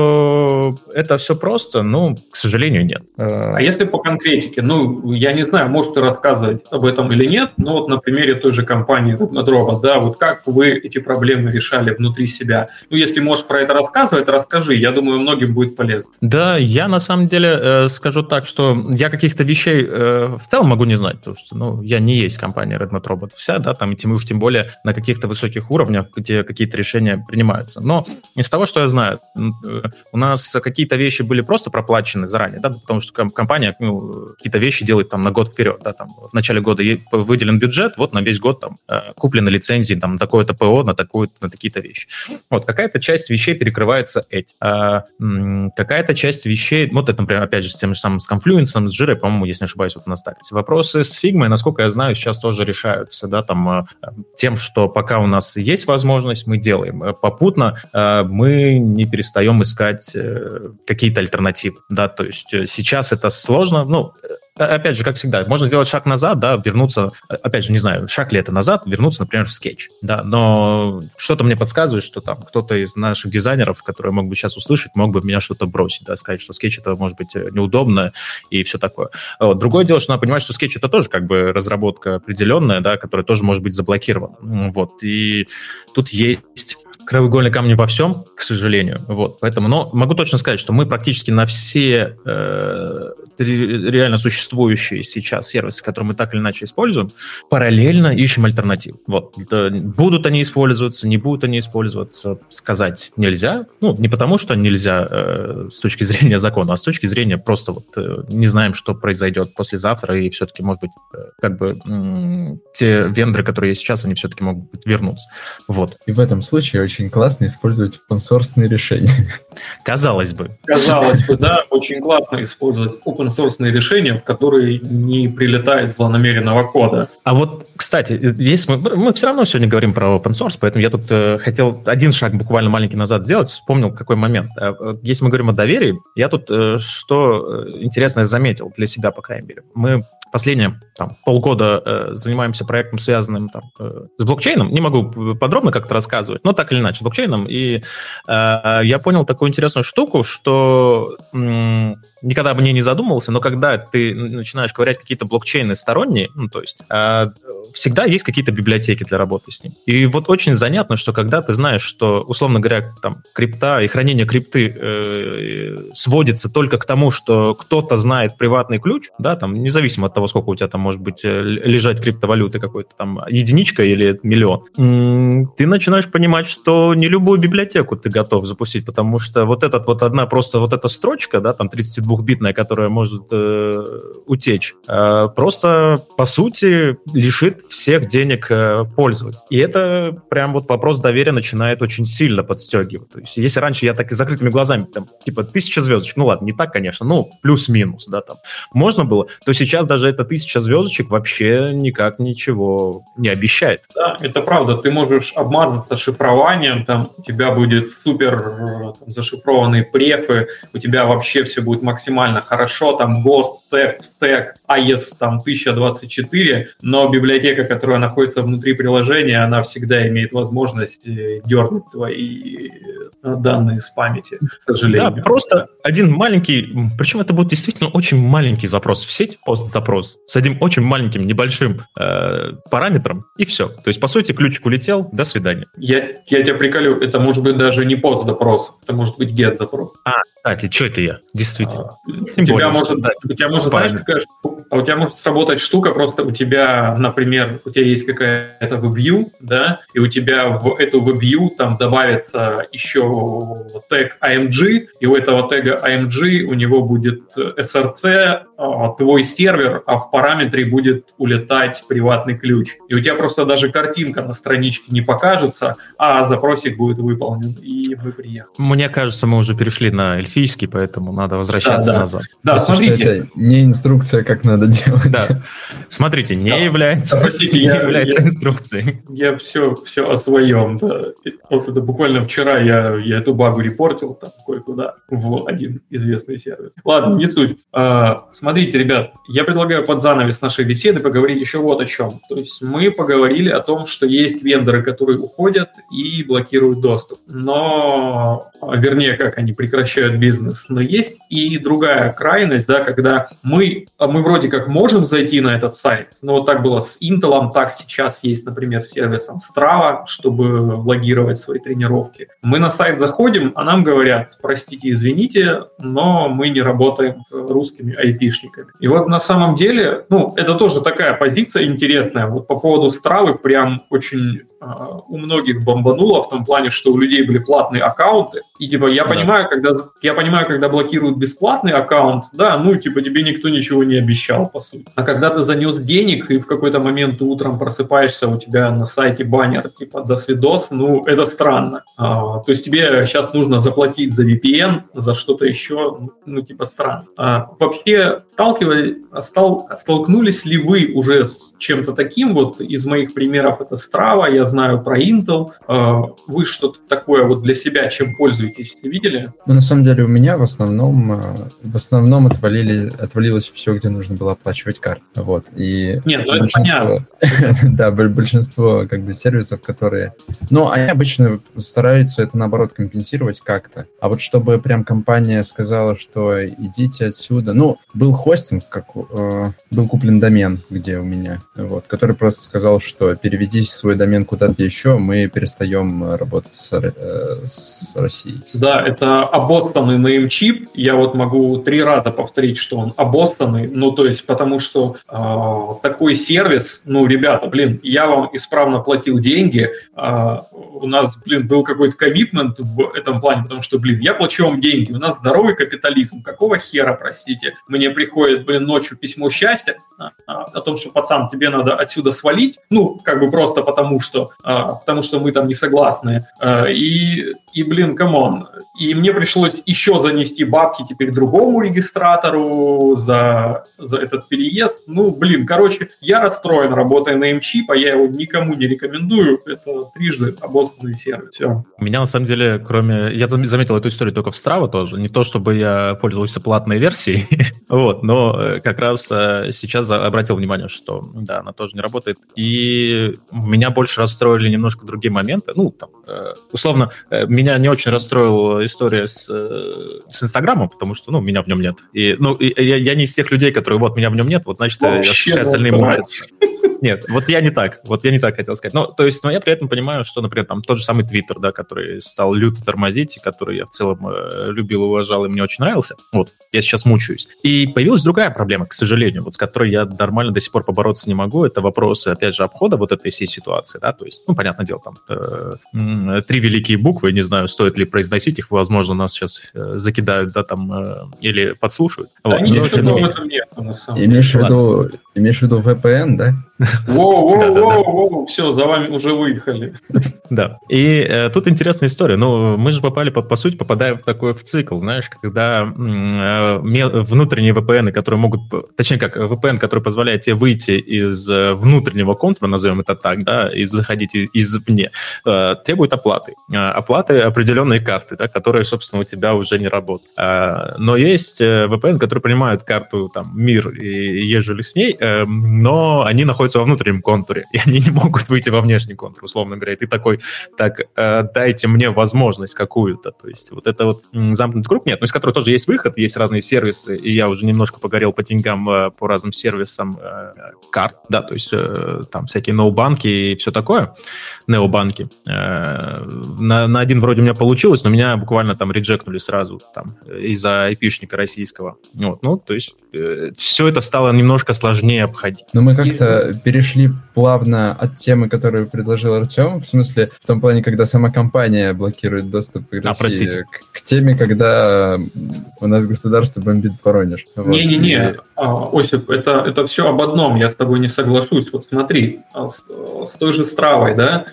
[SPEAKER 3] что это все просто, ну, к сожалению, нет.
[SPEAKER 1] А если по конкретике? Ну, я не знаю, можете рассказывать об этом или нет, но вот на примере той же компании Redmond, да, вот как вы эти проблемы решали внутри себя? Ну, если можешь про это рассказывать, расскажи, я думаю, многим будет полезно.
[SPEAKER 3] Да, я на самом деле э, скажу так, что я каких-то вещей э, в целом могу не знать, потому что, ну, я не есть компания Redmond Robot вся, да, там, и тем, уж тем более на каких-то высоких уровнях, где какие-то решения принимаются. Но из того, что я знаю, э, у нас какие-то вещи были просто проплачены заранее, да, потому что компания, ну, какие-то вещи делает там на год вперед, да, там, в начале года выделен бюджет, вот на весь год там э, куплены лицензии, там, на такое-то ПО, на такую, на такие-то вещи. Вот, какая-то часть вещей перекрывается этим. А, м- какая-то часть вещей, вот это, например, опять же, с тем же самым, с Confluence, с Jira, по-моему, если не ошибаюсь, вот на старте. Вопросы с Figma, насколько я знаю, сейчас тоже решаются, да, там, тем, что пока у нас есть возможность, мы делаем. Попутно мы не перестаем искать какие-то альтернативы, да, то есть сейчас это сложно, ну, опять же, как всегда, можно сделать шаг назад, да, вернуться, опять же, не знаю, шаг ли это назад, вернуться, например, в Sketch, да, но что-то мне подсказывает, что там кто-то из наших дизайнеров, которые мог бы сейчас услышать, мог бы меня что-то бросить, да, сказать, что Sketch это может быть неудобно и все такое. Вот. Другое дело, что надо понимать, что Sketch это тоже как бы разработка определенная, да, которая тоже может быть заблокирована, вот, и тут есть краеугольный камень во всем, к сожалению. Вот, поэтому, но могу точно сказать, что мы практически на все э, реально существующие сейчас сервисы, которые мы так или иначе используем, параллельно ищем альтернативы. Вот. Будут они использоваться, не будут они использоваться, сказать нельзя. Ну, не потому, что нельзя э, с точки зрения закона, а с точки зрения просто вот э, не знаем, что произойдет послезавтра, и все-таки, может быть, э, как бы м- те вендоры, которые есть сейчас, они все-таки могут вернуться. Вот.
[SPEAKER 2] И в этом случае очень очень классно использовать open-source решения.
[SPEAKER 3] Казалось бы.
[SPEAKER 1] Казалось бы, да, очень классно использовать open-source решения, в которые не прилетает злонамеренного кода.
[SPEAKER 3] А вот, кстати, если мы, мы все равно сегодня говорим про open-source, поэтому я тут э, хотел один шаг буквально маленький назад сделать, вспомнил какой момент. Если мы говорим о доверии, я тут э, что интересное заметил для себя, по крайней мере. Мы последние там, полгода э, занимаемся проектом, связанным там, э, с блокчейном. Не могу подробно как-то рассказывать, но так или иначе, с блокчейном. И э, я понял такую интересную штуку, что м- никогда бы мне не задумывался, но когда ты начинаешь ковырять какие-то блокчейны сторонние, ну, то есть э, всегда есть какие-то библиотеки для работы с ним. И вот очень занятно, что когда ты знаешь, что, условно говоря, там, крипта и хранение крипты э, сводится только к тому, что кто-то знает приватный ключ, да, там, независимо от того, сколько у тебя там может быть лежать криптовалюты какой-то там единичка или миллион, ты начинаешь понимать, что не любую библиотеку ты готов запустить, потому что вот этот вот одна просто вот эта строчка, да, там тридцатидвухбитная, которая может э, утечь, э, просто по сути лишит всех денег э, пользователя. И это прям вот вопрос доверия начинает очень сильно подстегивать. То есть если раньше я так и закрытыми глазами, там, типа тысяча звездочек, ну ладно, не так, конечно, ну плюс-минус, да, там, можно было, то сейчас даже эта тысяча звездочек вообще никак ничего не обещает.
[SPEAKER 1] Да, это правда. Ты можешь обмазаться шифрованием, там у тебя будет супер там, зашифрованные префы, у тебя вообще все будет максимально хорошо, там ГОСТ, стэк, стэк, эй и эс там тысяча двадцать четыре, но библиотека, которая находится внутри приложения, она всегда имеет возможность дернуть твои данные с памяти, к сожалению.
[SPEAKER 3] Да, просто один маленький, причем это будет действительно очень маленький запрос в сеть, пост-запрос, с одним очень маленьким, небольшим э, параметром, и все. То есть, по сути, ключик улетел, до свидания.
[SPEAKER 1] Я, я тебя приколю, это может быть даже не пост-запрос, это может быть get-запрос.
[SPEAKER 3] А, кстати, что это я? Действительно.
[SPEAKER 1] А, Тем у тебя более, может, да, у тебя может, знаешь, какая, а у тебя может сработать штука, просто у тебя, например, у тебя есть какая-то WebView, да, и у тебя в эту WebView там добавится еще тег эй эм джи, и у этого тега эй эм джи у него будет эс эр си, твой сервер а в параметре будет улетать приватный ключ. И у тебя просто даже картинка на страничке не покажется, а запросик будет выполнен, и вы приехали.
[SPEAKER 3] Мне кажется, мы уже перешли на эльфийский, поэтому надо возвращаться
[SPEAKER 1] да, да.
[SPEAKER 3] назад.
[SPEAKER 1] Да,
[SPEAKER 2] Просто
[SPEAKER 1] смотрите.
[SPEAKER 2] Это не инструкция, как надо делать.
[SPEAKER 3] Да. Смотрите, не
[SPEAKER 1] да.
[SPEAKER 3] является,
[SPEAKER 1] Простите,
[SPEAKER 3] не
[SPEAKER 1] я,
[SPEAKER 3] является
[SPEAKER 1] я,
[SPEAKER 3] инструкцией.
[SPEAKER 1] Я все, все о своем. Да. Вот это буквально вчера я, я эту багу репортил там кое-куда в один известный сервис. Ладно, не суть. А, смотрите, ребят, я предлагаю под занавес нашей беседы поговорить еще вот о чем. То есть мы поговорили о том, что есть вендоры, которые уходят и блокируют доступ. Но, вернее, как они прекращают бизнес. Но есть и другая крайность, да, когда мы, мы вроде как можем зайти на этот сайт, но вот так было с Intel, так сейчас есть, например, сервисом Strava, чтобы логировать свои тренировки. Мы на сайт заходим, а нам говорят: простите, извините, но мы не работаем русскими айпишниками. И вот на самом деле, ну, это тоже такая позиция интересная. Вот по поводу Stravы прям очень э, у многих бомбануло в том плане, что у людей были платные аккаунты. И типа я, да. понимаю, когда, я понимаю, когда блокируют бесплатный аккаунт, да, ну, типа тебе никто ничего не обещал, по сути. А когда ты занес денег, и в какой-то момент ты утром просыпаешься, у тебя на сайте баннер типа «До свидос», ну, это странно. А, то есть тебе сейчас нужно заплатить за ви пи эн, за что-то еще, ну, типа странно. А, вообще, сталкивались, стал, столкнулись ли вы уже с чем-то таким? Вот из моих примеров это Strava, я знаю про Intel. А, вы что-то такое вот для себя, чем пользуетесь, видели?
[SPEAKER 2] Ну, на самом деле у меня в основном, в основном отвалили, отвалилось все, где нужно было оплачивать карты. Вот. И
[SPEAKER 1] Нет, ну это понятно.
[SPEAKER 2] Да, большинство как бы сервисов, которые... Ну, они обычно стараются это, наоборот, компенсировать как-то. А вот чтобы прям компания сказала, что идите отсюда... Ну, был хостинг, как, э, был куплен домен, где у меня, вот, который просто сказал, что переведи свой домен куда-то еще, мы перестаем работать с, э, с Россией.
[SPEAKER 1] Да, это обостанный неймчип. Я вот могу три раза повторить, что он обостанный. Ну, то есть, потому что э, такой сервис, ну, ребята, блин, я вам исправно платил деньги, э, у нас, блин, был какой-то коммитмент в этом плане, потому что, блин, я плачу вам деньги, у нас здоровый капитализм, какого хера, простите, мне приходит, блин, ночью письмо счастья а, а, о том, что, пацан, тебе надо отсюда свалить, ну, как бы просто потому, что, а, потому что мы там не согласны, а, и, и, блин, камон, и мне пришлось еще занести бабки теперь другому регистратору за, за этот переезд, ну, блин, короче, я расстроен, работая на Mchip, а я его никому не рекомендую, это трижды обоснанный сервис, все.
[SPEAKER 3] У меня, на самом деле, кроме... Я заметил эту историю только в Strava тоже, не то, чтобы я пользовался платной версией, вот, но как раз сейчас обратил внимание, что, да, она тоже не работает, и меня больше расстроили немножко другие моменты, ну, там, условно, меня не очень расстроила история с, с Инстаграмом, потому что, ну, меня в нем нет, и, ну, и, я, я не из тех людей, которые, вот, меня в нем нет, вот, значит, я, остальные мучатся. Нет, вот я не так, вот я не так хотел сказать. Ну, то есть, но я при этом понимаю, что, например, там тот же самый Twitter, да, который стал люто тормозить, и который я в целом э, любил, уважал и мне очень нравился, вот, я сейчас мучаюсь. И появилась другая проблема, к сожалению, вот с которой я нормально до сих пор побороться не могу, это вопросы, опять же, обхода вот этой всей ситуации, да, то есть, ну, понятное дело, там, э, три великие буквы, не знаю, стоит ли произносить их, возможно, нас сейчас э, закидают, да, там, э, или подслушивают.
[SPEAKER 1] Да,
[SPEAKER 3] вот.
[SPEAKER 1] ничего в этом нет, на самом деле.
[SPEAKER 2] Имеешь в виду, имеешь в виду ви пи эн, да?
[SPEAKER 1] Воу-воу-воу-воу, все, за вами уже выехали.
[SPEAKER 3] Да, и э, тут интересная история. Ну, мы же попали, по, по сути, попадаем в такой в цикл, знаешь, когда э, внутренние ви пи эн, которые могут, точнее как, ви пи эн, который позволяет тебе выйти из э, внутреннего контура, назовем это так, да, и заходить из, извне, э, требует оплаты. Э, оплаты определенные карты, да, которые, собственно, у тебя уже не работают. Э, но есть э, ви пи эн, которые принимают карту, там, мир и ежели с ней, э, но они находятся во внутреннем контуре, и они не могут выйти во внешний контур, условно говоря. И ты такой, так, э, дайте мне возможность какую-то. То есть вот это вот замкнутый круг, нет, но из которого тоже есть выход, есть разные сервисы, и я уже немножко погорел по деньгам э, по разным сервисам э, карт, да, то есть э, там всякие ноу-банки и все такое, необанки. Э, на, на один вроде у меня получилось, но меня буквально там реджектнули сразу там из-за айпишника российского. Вот, ну, то есть э, все это стало немножко сложнее обходить.
[SPEAKER 2] Но мы как-то перешли плавно от темы, которую предложил Артем, в смысле, в том плане, когда сама компания блокирует доступ к России,
[SPEAKER 3] а,
[SPEAKER 2] к, к теме, когда у нас государство бомбит Воронеж.
[SPEAKER 1] Не-не-не, вот. И... Осип, это, это все об одном, я с тобой не соглашусь. Вот смотри, с, с той же Стравой, да,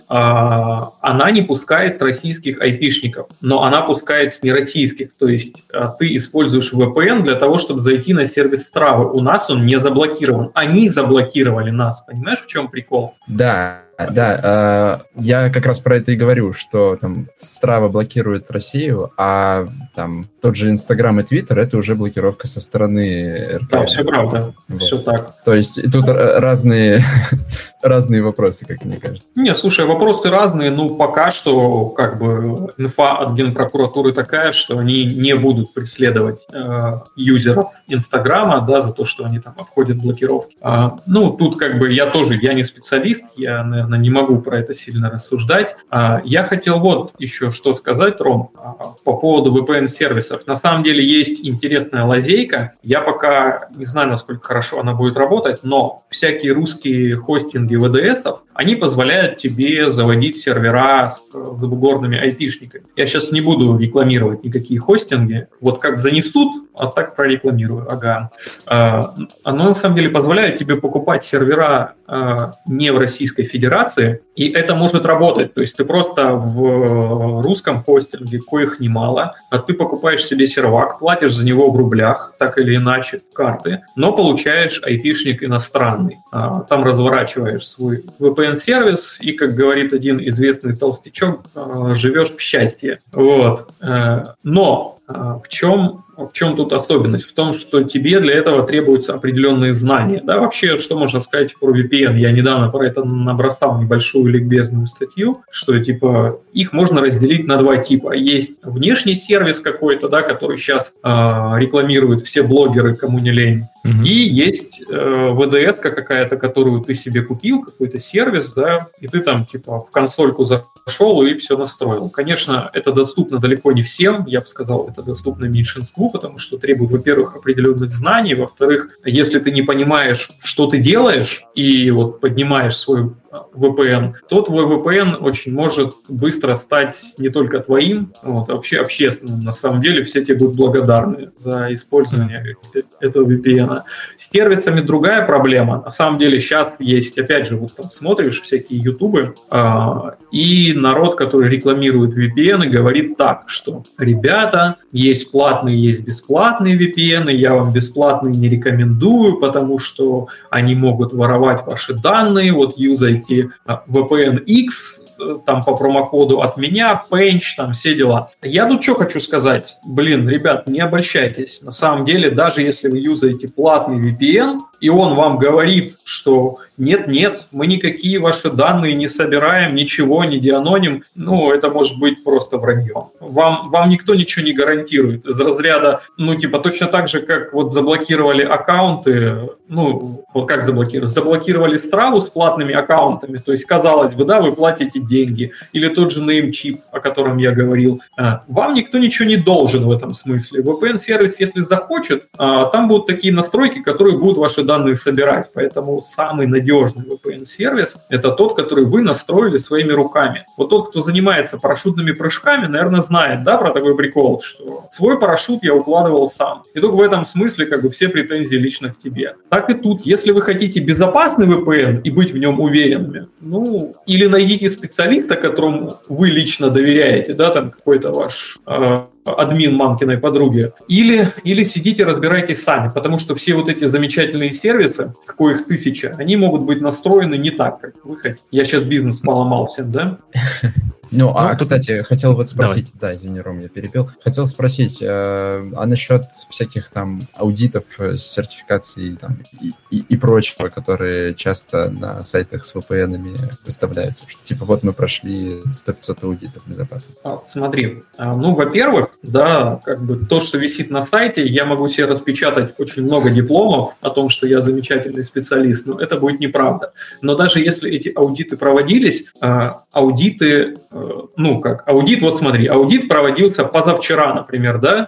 [SPEAKER 1] она не пускает российских айпишников, но она пускает с нероссийских, то есть ты используешь ви пи эн для того, чтобы зайти на сервис Стравы. У нас он не заблокирован, они заблокировали нас, понимаешь, в чем прикол?
[SPEAKER 2] Да. Да, э, я как раз про это и говорю, что там Strava блокирует Россию, а там тот же Инстаграм и Твиттер — это уже блокировка со стороны эр ка.
[SPEAKER 1] Да, все правда, вот. Все так.
[SPEAKER 2] То есть тут разные, разные вопросы, как мне кажется.
[SPEAKER 1] Не, слушай, вопросы разные, ну пока что как бы инфа от Генпрокуратуры такая, что они не будут преследовать э, юзеров Инстаграма, да, за то, что они там обходят блокировки. А, ну тут как бы я тоже, я не специалист, я, наверное, не могу про это сильно рассуждать. Я хотел вот еще что сказать, Ром, по поводу ви пи эн-сервисов. На самом деле есть интересная лазейка. Я пока не знаю, насколько хорошо она будет работать, но всякие русские хостинги ви ди эсов, они позволяют тебе заводить сервера с забугорными айпишниками. Я сейчас не буду рекламировать никакие хостинги. Вот как занесут, а так прорекламирую. Ага. Оно на самом деле позволяет тебе покупать сервера не в Российской Федерации, и это может работать. То есть ты просто в русском хостинге, коих немало, а ты покупаешь себе сервак, платишь за него в рублях, так или иначе, карты, но получаешь айпишник иностранный. Там разворачиваешь свой ви пи эн-сервис, и, как говорит один известный толстячок, живешь в счастье. Вот. Но в чем, в чем тут особенность? В том, что тебе для этого требуются определенные знания. Да, вообще, что можно сказать про ви пи эн? Я недавно про это набросал небольшую ликбезную статью, что типа их можно разделить на два типа. Есть внешний сервис какой-то, да, который сейчас э, рекламируют все блогеры, кому не лень. Mm-hmm. И есть э, ви ди эс-ка какая-то, которую ты себе купил, какой-то сервис, да, и ты там типа в консольку зашел и все настроил. Конечно, это доступно далеко не всем, я бы сказал, это доступно меньшинству, потому что требует, во-первых, определенных знаний, во-вторых, если ты не понимаешь, что ты делаешь, и вот поднимаешь свой ви пи эн, то твой ви пи эн очень может быстро стать не только твоим, вот, а вообще общественным. На самом деле все тебе будут благодарны за использование mm-hmm. этого ви пи эн. С сервисами другая проблема. На самом деле сейчас есть, опять же, вот там смотришь всякие ютубы, э, и народ, который рекламирует ви пи эн, говорит так, что ребята, есть платные, есть бесплатные ви пи эн, я вам бесплатные не рекомендую, потому что они могут воровать ваши данные, вот юзайте ви пи эн X, там по промокоду от меня, Penge, там все дела. Я тут что хочу сказать? Блин, ребят, не обольщайтесь. На самом деле, даже если вы юзаете платный ви пи эн, и он вам говорит, что нет-нет, мы никакие ваши данные не собираем, ничего, не деаноним, ну, это может быть просто вранье. Вам, вам никто ничего не гарантирует. Из разряда, ну, типа, точно так же, как вот заблокировали аккаунты, ну, как заблокировали? Заблокировали Страву с платными аккаунтами, то есть, казалось бы, да, вы платите деньги, или тот же Namecheap, о котором я говорил. Вам никто ничего не должен в этом смысле. ви пи эн-сервис, если захочет, там будут такие настройки, которые будут ваши данные собирать. Поэтому самый надежный ви пи эн-сервис – это тот, который вы настроили своими руками. Вот тот, кто занимается парашютными прыжками, наверное, знает, да, про такой прикол, что свой парашют я укладывал сам. И только в этом смысле как бы все претензии лично к тебе. Так и тут. Если вы хотите безопасный ви пи эн и быть в нем уверенными, ну, или найдите специалиста, которому вы лично доверяете, да, там какой-то ваш э, админ мамкиной подруги, или, или сидите, разбирайтесь сами, потому что все вот эти замечательные сервисы, коих тысяча, они могут быть настроены не так, как вы хотите. Я сейчас бизнес поломал всем, да?
[SPEAKER 2] Ну, а, кстати, хотел вот спросить, да, извини, Ром, я перебил, хотел спросить, э, а насчет всяких там аудитов, сертификаций там, и, и, и прочего, которые часто на сайтах с ви пи эн-ами выставляются, что типа вот мы прошли сто пятьсот аудитов безопасности.
[SPEAKER 1] Смотри, ну, во-первых, да, как бы то, что висит на сайте, я могу себе распечатать очень много дипломов о том, что я замечательный специалист, но это будет неправда. Но даже если эти аудиты проводились, аудиты, ну как, аудит, вот смотри, аудит проводился позавчера, например, да,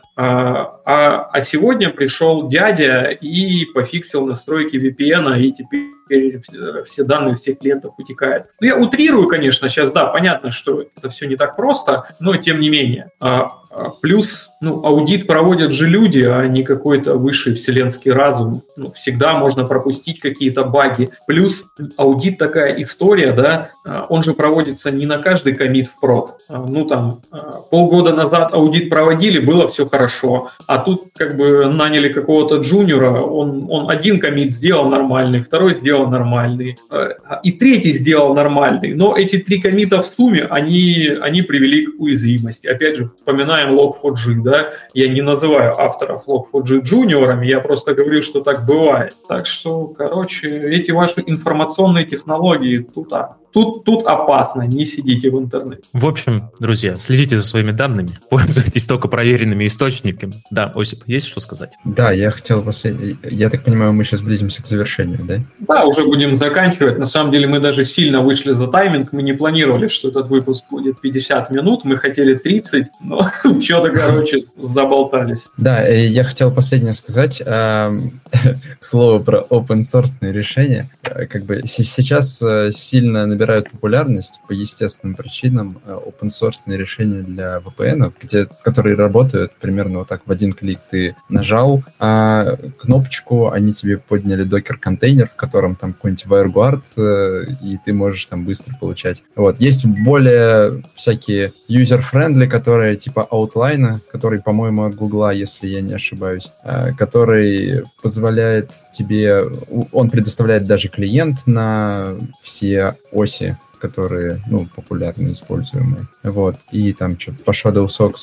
[SPEAKER 1] а, а сегодня пришел дядя и пофиксил настройки ви пи эн, и теперь все данные всех клиентов утекают. Ну, я утрирую, конечно, сейчас, да, понятно, что это все не так просто, но тем не менее. Плюс, ну, аудит проводят же люди, а не какой-то высший вселенский разум. Ну, всегда можно пропустить какие-то баги. Плюс аудит такая история, да, он же проводится не на каждый коммит в прод. Ну, там, полгода назад аудит проводили, было все хорошо, а тут как бы наняли какого-то джуниора, он, он один коммит сделал нормальный, второй сделал нормальный, и третий сделал нормальный. Но эти три коммита в сумме, они, они привели к уязвимости. Опять же, вспоминаем лог фор джи, да, я не называю авторов лог фор джи джуниорами, я просто говорю, что так бывает. Так что, короче, эти ваши информационные технологии тут, а, тут, тут опасно, не сидите в интернете.
[SPEAKER 3] В общем, друзья, следите за своими данными, пользуйтесь только проверенными источниками. Да, Осип, есть что сказать?
[SPEAKER 2] Да, я хотел последний... Я так понимаю, мы сейчас близимся к завершению, да?
[SPEAKER 1] Да, уже будем заканчивать. На самом деле мы даже сильно вышли за тайминг, мы не планировали, что этот выпуск будет пятьдесят минут, мы хотели тридцать, но что-то, короче, заболтались.
[SPEAKER 2] Да, я хотел последнее сказать, к слову про open-source решения. Как бы сейчас сильно набирают популярность по естественным причинам open-source решения для ви пи эн, где, которые работают примерно вот так: в один клик ты нажал а, кнопочку, они тебе подняли докер-контейнер, в котором там какой-нибудь WireGuard, и ты можешь там быстро получать. Вот. Есть более всякие user-friendly, которые типа Outline, который, по-моему, от Гугла, если я не ошибаюсь, который позволяет тебе... Он предоставляет даже клиент на все оси, которые, ну, популярно используемые. Вот. И там что-то по Shadow-Sox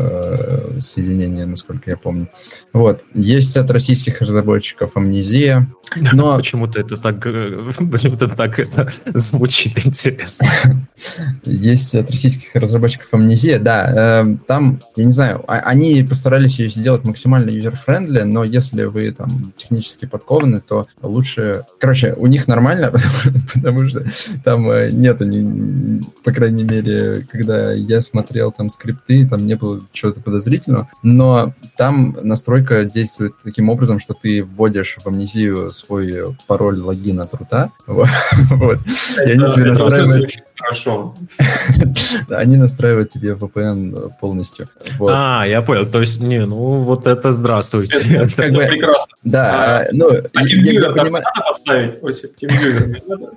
[SPEAKER 2] э, соединение, насколько я помню. Вот. Есть от российских разработчиков Амнезия, но...
[SPEAKER 3] Почему-то это так, почему-то так это звучит интересно.
[SPEAKER 2] Есть от российских разработчиков Амнезия, да. Э, там, я не знаю, они постарались ее сделать максимально юзер-френдли, но если вы там технически подкованы, то лучше... Короче, у них нормально, потому, потому что там нет, они, по крайней мере, когда я смотрел там скрипты, там не было чего-то подозрительного, но там настройка действует таким образом, что ты вводишь в Амнезию свой пароль логин от рута. Вот. И они тебе настраивают...
[SPEAKER 1] Хорошо.
[SPEAKER 2] Они настраивают тебе ви пи эн полностью. Вот.
[SPEAKER 3] А, я понял. То есть, не, ну, вот это здравствуйте.
[SPEAKER 1] Это, это,
[SPEAKER 2] как бы,
[SPEAKER 1] это прекрасно.
[SPEAKER 2] Да,
[SPEAKER 1] а,
[SPEAKER 2] ну...
[SPEAKER 1] А TeamViewer понимаю... надо поставить, Осип? TeamViewer не надо?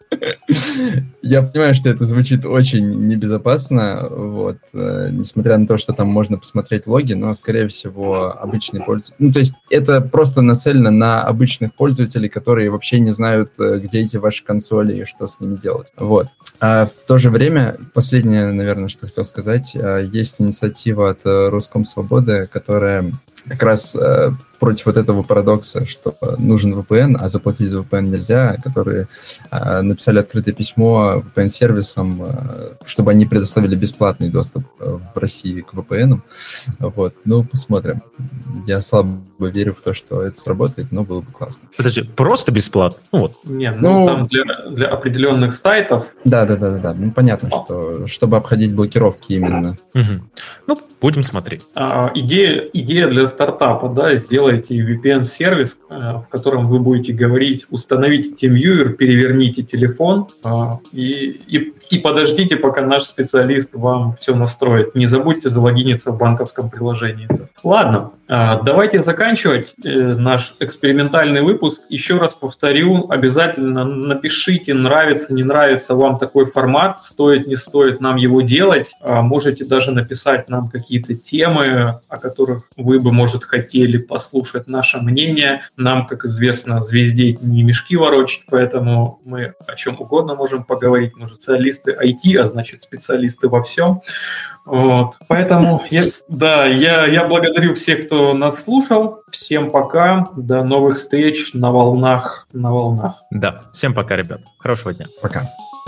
[SPEAKER 2] Я понимаю, что это звучит очень небезопасно, вот, э, несмотря на то, что там можно посмотреть логи, но, скорее всего, обычный пользователь... Ну, то есть это просто нацелено на обычных пользователей, которые вообще не знают, где эти ваши консоли и что с ними делать. Вот. А в то же время, последнее, наверное, что хотел сказать, есть инициатива от Роскомсвободы, которая как раз против вот этого парадокса, что нужен ви пи эн, а заплатить за ви пи эн нельзя, которые э, написали открытое письмо ви пи эн-сервисам, э, чтобы они предоставили бесплатный доступ в России к ви пи эн. Вот. Ну, посмотрим. Я слабо верю в то, что это сработает, но было бы классно.
[SPEAKER 3] Подожди, просто бесплатно? Ну, вот.
[SPEAKER 1] Нет, ну, ну там для, для определенных сайтов.
[SPEAKER 2] Да, да, да, да, да. Ну, понятно, что чтобы обходить блокировки именно.
[SPEAKER 3] Угу. Ну, будем смотреть.
[SPEAKER 1] А, идея, идея для стартапа, да, сделайте ви пи эн-сервис, в котором вы будете говорить: установите TeamViewer, переверните телефон и, и, и подождите, пока наш специалист вам все настроит. Не забудьте залогиниться в банковском приложении. Ладно, давайте заканчивать наш экспериментальный выпуск. Еще раз повторю, обязательно напишите, нравится, не нравится вам такой формат, стоит, не стоит нам его делать. Можете даже написать нам какие-то темы, о которых вы бы, может, хотели послушать наше мнение. Нам, как известно, звезде не мешки ворочать, поэтому мы о чем угодно можем поговорить. Мы же специалисты ай ти, а значит специалисты во всем. Вот. Поэтому я, да, я, я благодарю всех, кто нас слушал. Всем пока. До новых встреч на волнах. На волнах.
[SPEAKER 3] Да, всем пока, ребят. Хорошего дня.
[SPEAKER 2] Пока.